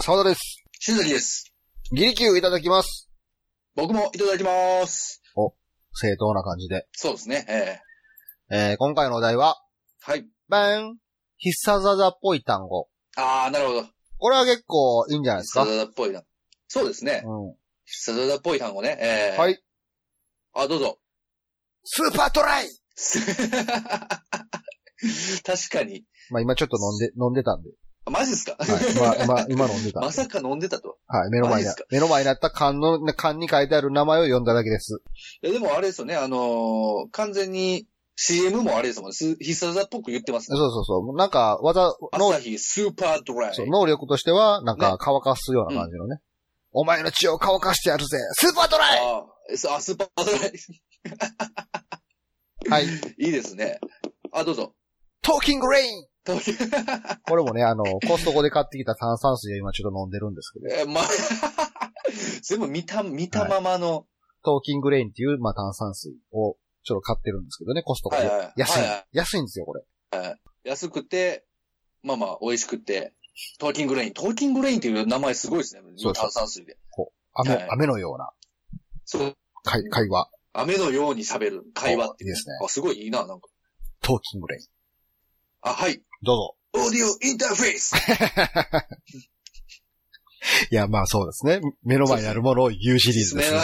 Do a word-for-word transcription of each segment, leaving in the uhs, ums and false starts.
沢田です。 新崎です。 ギリキューいただきます。 僕もいただきます。 お、正当な感じで。 そうですね。えー、えー、今回のお題は、 はい。 バン必殺技っぽい単語。 あー、なるほど。 これは結構いいんじゃないですか。 必殺技っぽいな。そうですね。うん。必殺技っぽい単語ね。えー、 はい。 あ、どうぞ。 スーパートライ確かに。 まあ今ちょっと飲んで、飲んでたんで。 マジっすか？ はい。まあ、今、今飲んでた。 まさか飲んでたと。 はい。目の前に、目の前にあった缶の、缶に書いてある名前を読んだだけです。 いや、でもあれですよね。あのー、完全に シーエム もあれですもんね。必殺技っぽく言ってますね。 そうそうそう。なんか、技、 朝日スーパードライ。 そう、能力としては、なんか乾かすような感じのね。ね、うん、お前の血を乾かしてやるぜスーパードライああ、スーパードライ。 はい。 いいですね。あ、どうぞ。 トーキングレインこれもね、あの、コストコで買ってきた炭酸水を今ちょっと飲んでるんですけど。 えー、まあ、全部見た、見たままの、はい。 トーキングレインっていう、まあ、炭酸水をちょっと買ってるんですけどね、コストコで。はいはい、安い、はいはい。安いんですよ、これ。 はい。安くて、まあまあ、美味しくて、トーキングレイン。トーキングレインっていう名前すごいですね。そう炭酸水で。 こう、雨、はい、雨のような。 そう。 会、会話。 雨のように喋る会話っていう。 いいですね。 あ、すごいいいな、なんか。 トーキングレイン。 あ、はい。 どうぞ。 オーディオインターフェースいや、まあそうですね。目の前にあるものを言うシリーズですね。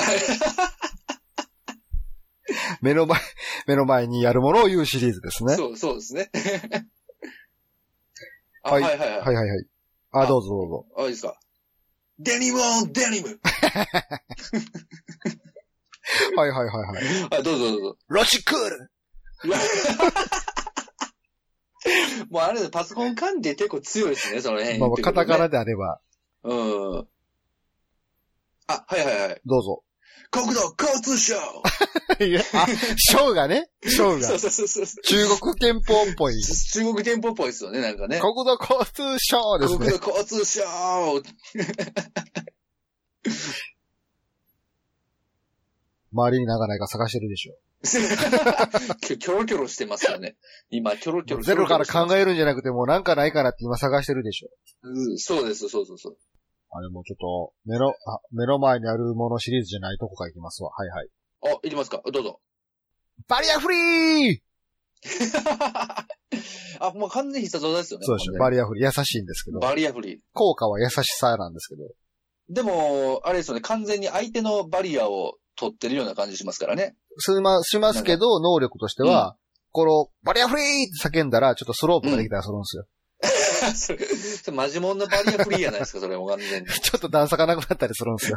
目の前、目の前にあるものを言うシリーズですね。 そう、そうですね。 はい、はいはいはい。はいはいはい。あ、どうぞどうぞ。 あ、いいですか。デニムオンデニムはいはいはいはい。 あ、どうぞどうぞ。 ロシクールもうあれでパソコン関係結構強いですね、その辺、ね。 まあ、カタカナであれば。 うん。あ、はいはいはい。 どうぞ。 国土交通省いや、あ、省がね。省が。 そうそうそうそう。 中国憲法っぽい。 中国憲法っぽいですよね、なんかね。 国土交通省ですね。 国土交通省周りになんかないか探してるでしょ。 キョロキョロしてますよね。今、キョロキョロ。 ゼロから考えるんじゃなくて、もうなんかないかなって今探してるでしょ。 うん、そうです、そうそうそう。 あれもうちょっと、目の、あ、目の前にあるものシリーズじゃないとこからいきますわ。はいはい。 あ、いきますか。どうぞ。 バリアフリーあ、もう完全に必殺技ですよね。 そうですよ。バリアフリー。優しいんですけど。 バリアフリー。 効果は優しさなんですけど。 でも、あれですよね。完全に相手のバリアを取ってるような感じしますからね。 しま、しますけど、能力としては、うん、この、バリアフリーって叫んだら、ちょっとスロープができたりするんですよ。 うん、それ、それマジモンのバリアフリーやないですか、それも完全に。 ちょっと段差がなくなったりするんですよ。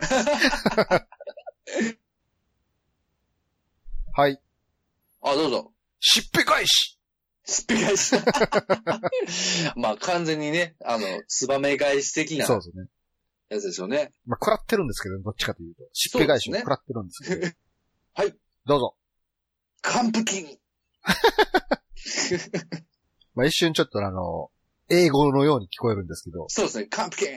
はい。 あ、どうぞ。 しっぺ返ししっぺ返し。まあ、完全にね、あの、ツバメ返し的な。 そうですね。 やつですよね。 まあ、食らってるんですけど、どっちかというと。しっぺ返しを食らってるんですけど。 はい。 どうぞ。 カンプキン。 まあ一瞬ちょっとあの、英語のように聞こえるんですけど。 そうですね、カンプキン。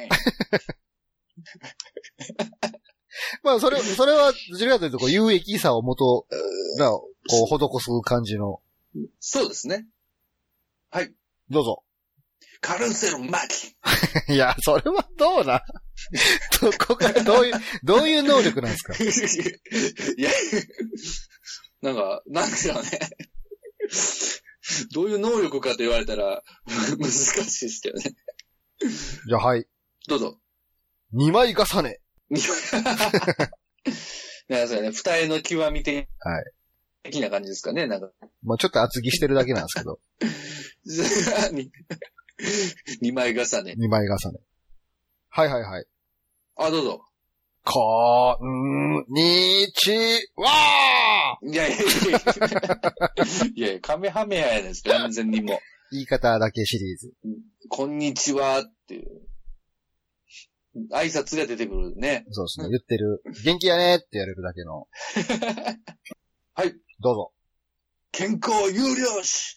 まあそれ、それは、どちらかというとこう有益さを元が、こう、施す感じの。 そうですね。はい。どうぞ。カルセルマキ。 いや、それはどうなどこか、どういう、どういう能力なんですかいや、なんか、なんでしょうね。どういう能力かと言われたら、難しいですけどね。 じゃあ、はい。 どうぞ。 二枚重ね。 なんかそうね、二重の極み的。 はい。 的な感じですかね、なんか。 まあちょっと厚着してるだけなんですけど。 二枚重ね。 二枚重ね。はいはいはい。 あ、どうぞ。 こんにちはーいやいやいやいやいや、カメハメハやですか、完全にもう。 言い方だけシリーズ。 こんにちはっていう。挨拶が出てくるね。 そうですね。言ってる。元気やねってやれるだけの。 はい。 どうぞ。 健康有料誌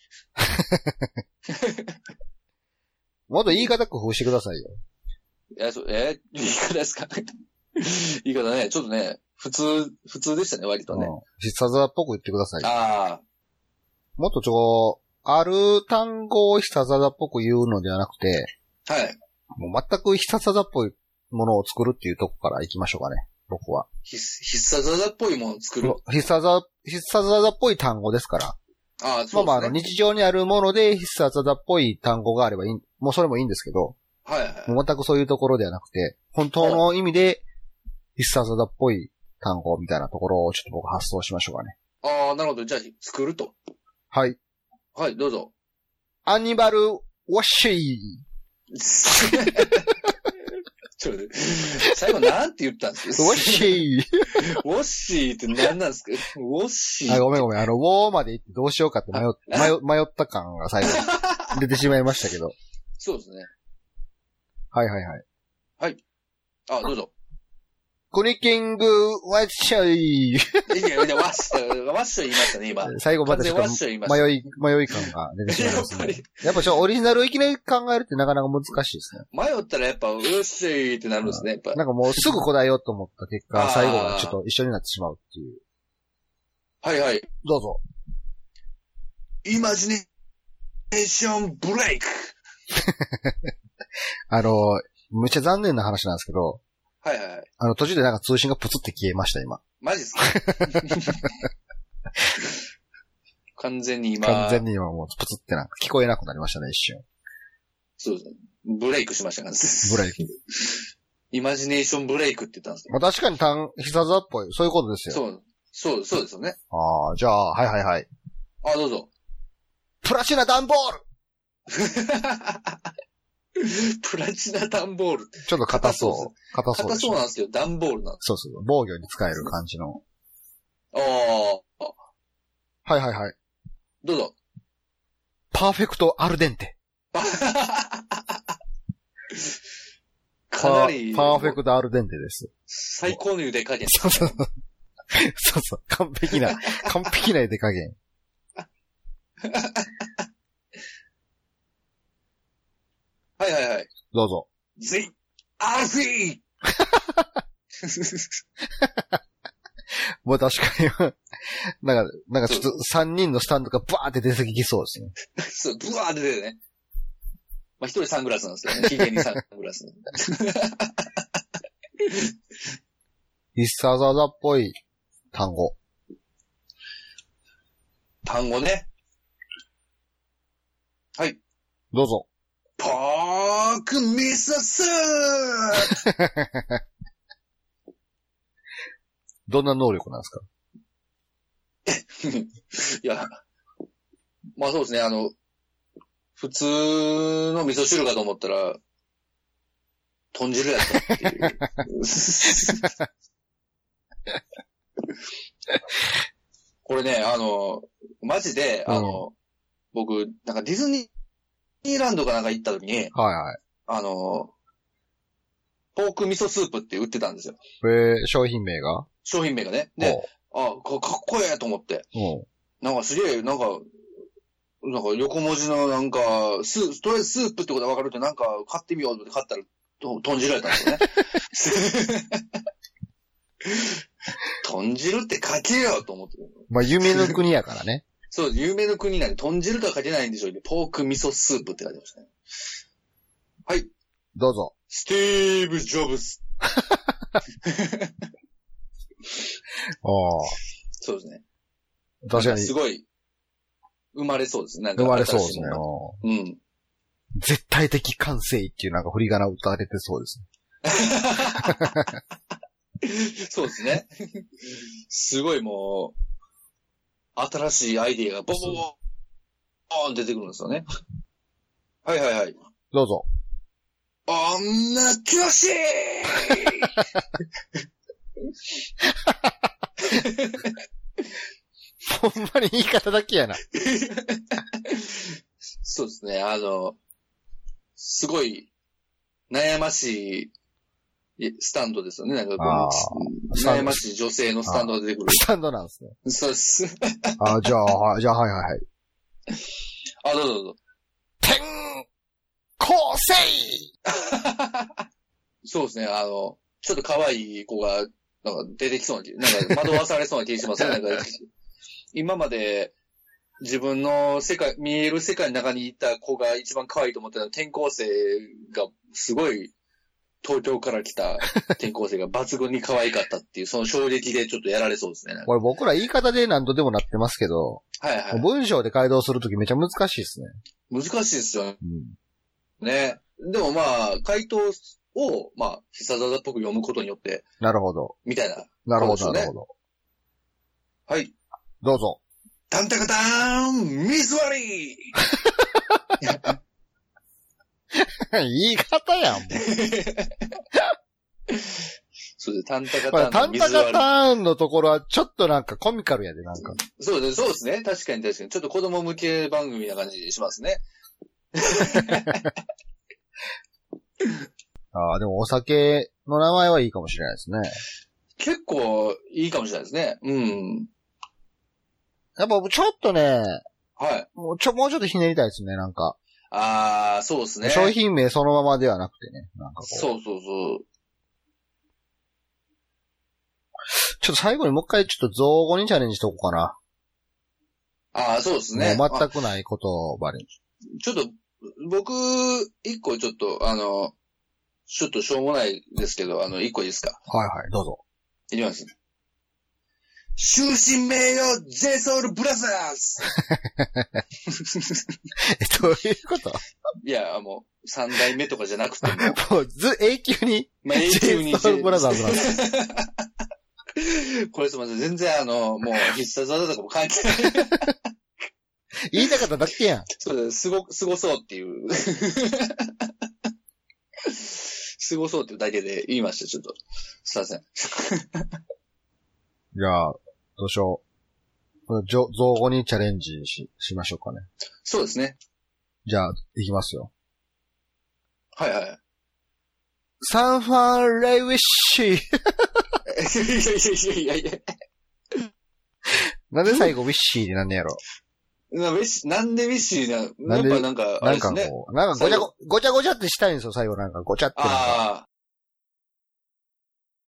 もっと言い方工夫してくださいよ。 いや、そう、えー、言い方ですか言い方ね、ちょっとね、普通、普通でしたね、割とね。うん、 必殺技っぽく言ってくださいよ。 ああ。 もっとちょ、ある単語を必殺技っぽく言うのではなくて、 はい。 もう全く必殺技っぽいものを作るっていうとこから行きましょうかね。僕は。 必必殺技っぽいものを作る。 必殺技、必殺技っぽい単語ですから。 ああ、そうですね。 まあまあ、あの、日常にあるもので必殺技っぽい単語があればいい、もうそれもいいんですけど。 はいはい。 もう全くそういうところではなくて、本当の意味で必殺技っぽい単語みたいなところをちょっと僕発想しましょうかね。ああ、なるほど。じゃあ、作ると。 はい。 はい、どうぞ。 アニマルウォッシー。 ちょっと、最後なんて言ったんですか？ ウォッシー。 ウォッシーって何なんですか？ウォッシー。 あ、ごめんごめん。あの、ウォーまで言ってどうしようかって迷っ、迷、迷った感が最後に出てしまいましたけど。 そうですね。 はいはいはい。 はい。あ、どうぞ。 クリキングワッショイ。いやいや、ワッショイ、ワッショイ言いましたね、今。 最後までちょっと迷い、迷い感が出てしまいますね。やっぱちょ、オリジナルをいきなり考えるってなかなか難しいですね。 迷ったらやっぱ、ウッシーってなるんですね、やっぱ。 なんかもうすぐ答えようと思った結果、最後がちょっと一緒になってしまうっていう。 はいはい。 どうぞ。 イマジネーションブレイク。 あの、めっちゃ残念な話なんですけど、 はいはいはい。 あの、途中でなんか通信がプツって消えました、今。 マジっすか？完全に今。 完全に今もうプツってなんか聞こえなくなりましたね、一瞬。 そうですね。ブレイクしましたからね。 ブレイク。 イマジネーションブレイクって言ったんですよ。 まあ確かに単、必殺技っぽい。そういうことですよ。 そう。そう、そうですよね。 ああ、じゃあ、はいはいはい。 あ、どうぞ。 プラチナダンボールプラチナダンボール。 ちょっと硬そう。硬そう。 硬そうなんですけど、ダンボールなんです。 そうそう。防御に使える感じの。 ああ。 はいはいはい。 どうぞ。 パーフェクトアルデンテ。 かなり。 パーフェクトアルデンテです。 最高の茹で加減。 そうそう。そうそう。完璧な、完璧な茹で加減。 はいはいはい。 どうぞ。 The アルフィーもう確かに、なんか、なんかちょっとさんにんのスタンドがバーって出てきそうですね。 そう、ブワーって出てね。まあ、一人サングラスなんですけどね。ヒゲにサングラス。 必殺技っぽい単語。 単語ね。はい。 どうぞ。 ポークミソスーどんな能力なんですか？いや、まあそうですね、あの、普通の味噌汁かと思ったら、豚汁やったっていう。これね、あの、マジで、あの、うん、僕、なんかディズニーランドかなんか行った時に、はいはい。 あの、ポーク味噌スープって売ってたんですよ。 えー、商品名が商品名がね。で、あ、かっこええと思って。なんかすげえ、なんか、なんか横文字のなんか、スとりあえずスープってことが分かるとなんか買ってみようって買ったら、と豚汁やったんですよね。豚汁って書けよと思って。 まあ夢の国やからね。 そう、夢の国なんで豚汁とは書けないんでしょうけど、ポーク味噌スープって書いてましたね。はい。 どうぞ。 スティーブ・ジョブズ。ああ。そうですね。 確かに。 すごい、生まれそうですね。 生まれそうですね。 うん。 絶対的完成っていうなんか振り仮名打たれてそうですね。そうですね。すごいもう、新しいアイディアがボボボボーン出てくるんですよね。はいはいはい。 どうぞ。 女教師ほんまに言い方だけやな。 そうですね、あの、すごい悩ましいスタンドですよね。なんかこう悩ましい女性のスタンドが出てくる。 スタンドなんですね。 そうです。 あ、じゃあ、じゃあ、はいはいはい。 あ、どうぞどうぞ。 転校生そうですね、あの、ちょっと可愛い子が、なんか出てきそうな気、なんか惑わされそうな気がしますね。なんか今まで、 自分の世界、見える世界の中にいた子が一番可愛いと思ってた転校生がすごい東京から来た転校生が抜群に可愛かったっていう、その衝撃でちょっとやられそうですね。 これ僕ら言い方で何度でもなってますけど、 はいはい。 文章で解読するときめちゃ難しいですね。 難しいですよね。 うん、 ね。でもまあ、回答を、まあ、必殺技っぽく読むことによって。 なるほど。 みたいな、ね。 なるほど、なるほど。 はい。 どうぞ。 タンタカターン水割り言い方やん。 そうです。タンタカターン。 タンタカターンのところはちょっとなんかコミカルやで、なんか。 そうです、そうですね。確かに確かに。ちょっと子供向け番組な感じしますね。 ああ、でもお酒の名前はいいかもしれないですね。 結構いいかもしれないですね。うん。 やっぱちょっとね、 はい。 もうちょ、もうちょっとひねりたいですね、なんか。 ああ、そうですね。 商品名そのままではなくてね、なんかこう。 そうそうそう。 ちょっと最後にもう一回ちょっと造語にチャレンジしとこうかな。 ああ、そうですね。 もう全くない言葉に。 ちょっと、僕、一個ちょっと、あの、ちょっとしょうもないですけど、あの、一個いいですか？ はいはい、どうぞ。 いきます。終身名誉 ジェイソウルブラザーズえ、どういうこといや、もう、三代目とかじゃなくても。 もう、ず、永久に、 まあ、永久に。 ジェイソウルブラザーズなんです。 これすみません。全然あの、もう必殺技とかも関係ない。 言いたかっただけやん。 そうです。すご、すごそうっていう。すごそうっていうだけで言いました。ちょっと。すいません。 じゃあ、どうしよう。造語にチャレンジし、しましょうかね。 そうですね。 じゃあ、いきますよ。 はいはい。 サンファンレイウィッシー。 いやいやいやいや。 なんで最後ウィッシーでなんねやろ。 なウィッシなんでウィッシーな、やっぱなんか、あれですね。 なんかこう、なんかごちゃご、ごちゃごちゃってしたいんですよ、最後なんかごちゃってなんか。 ああ。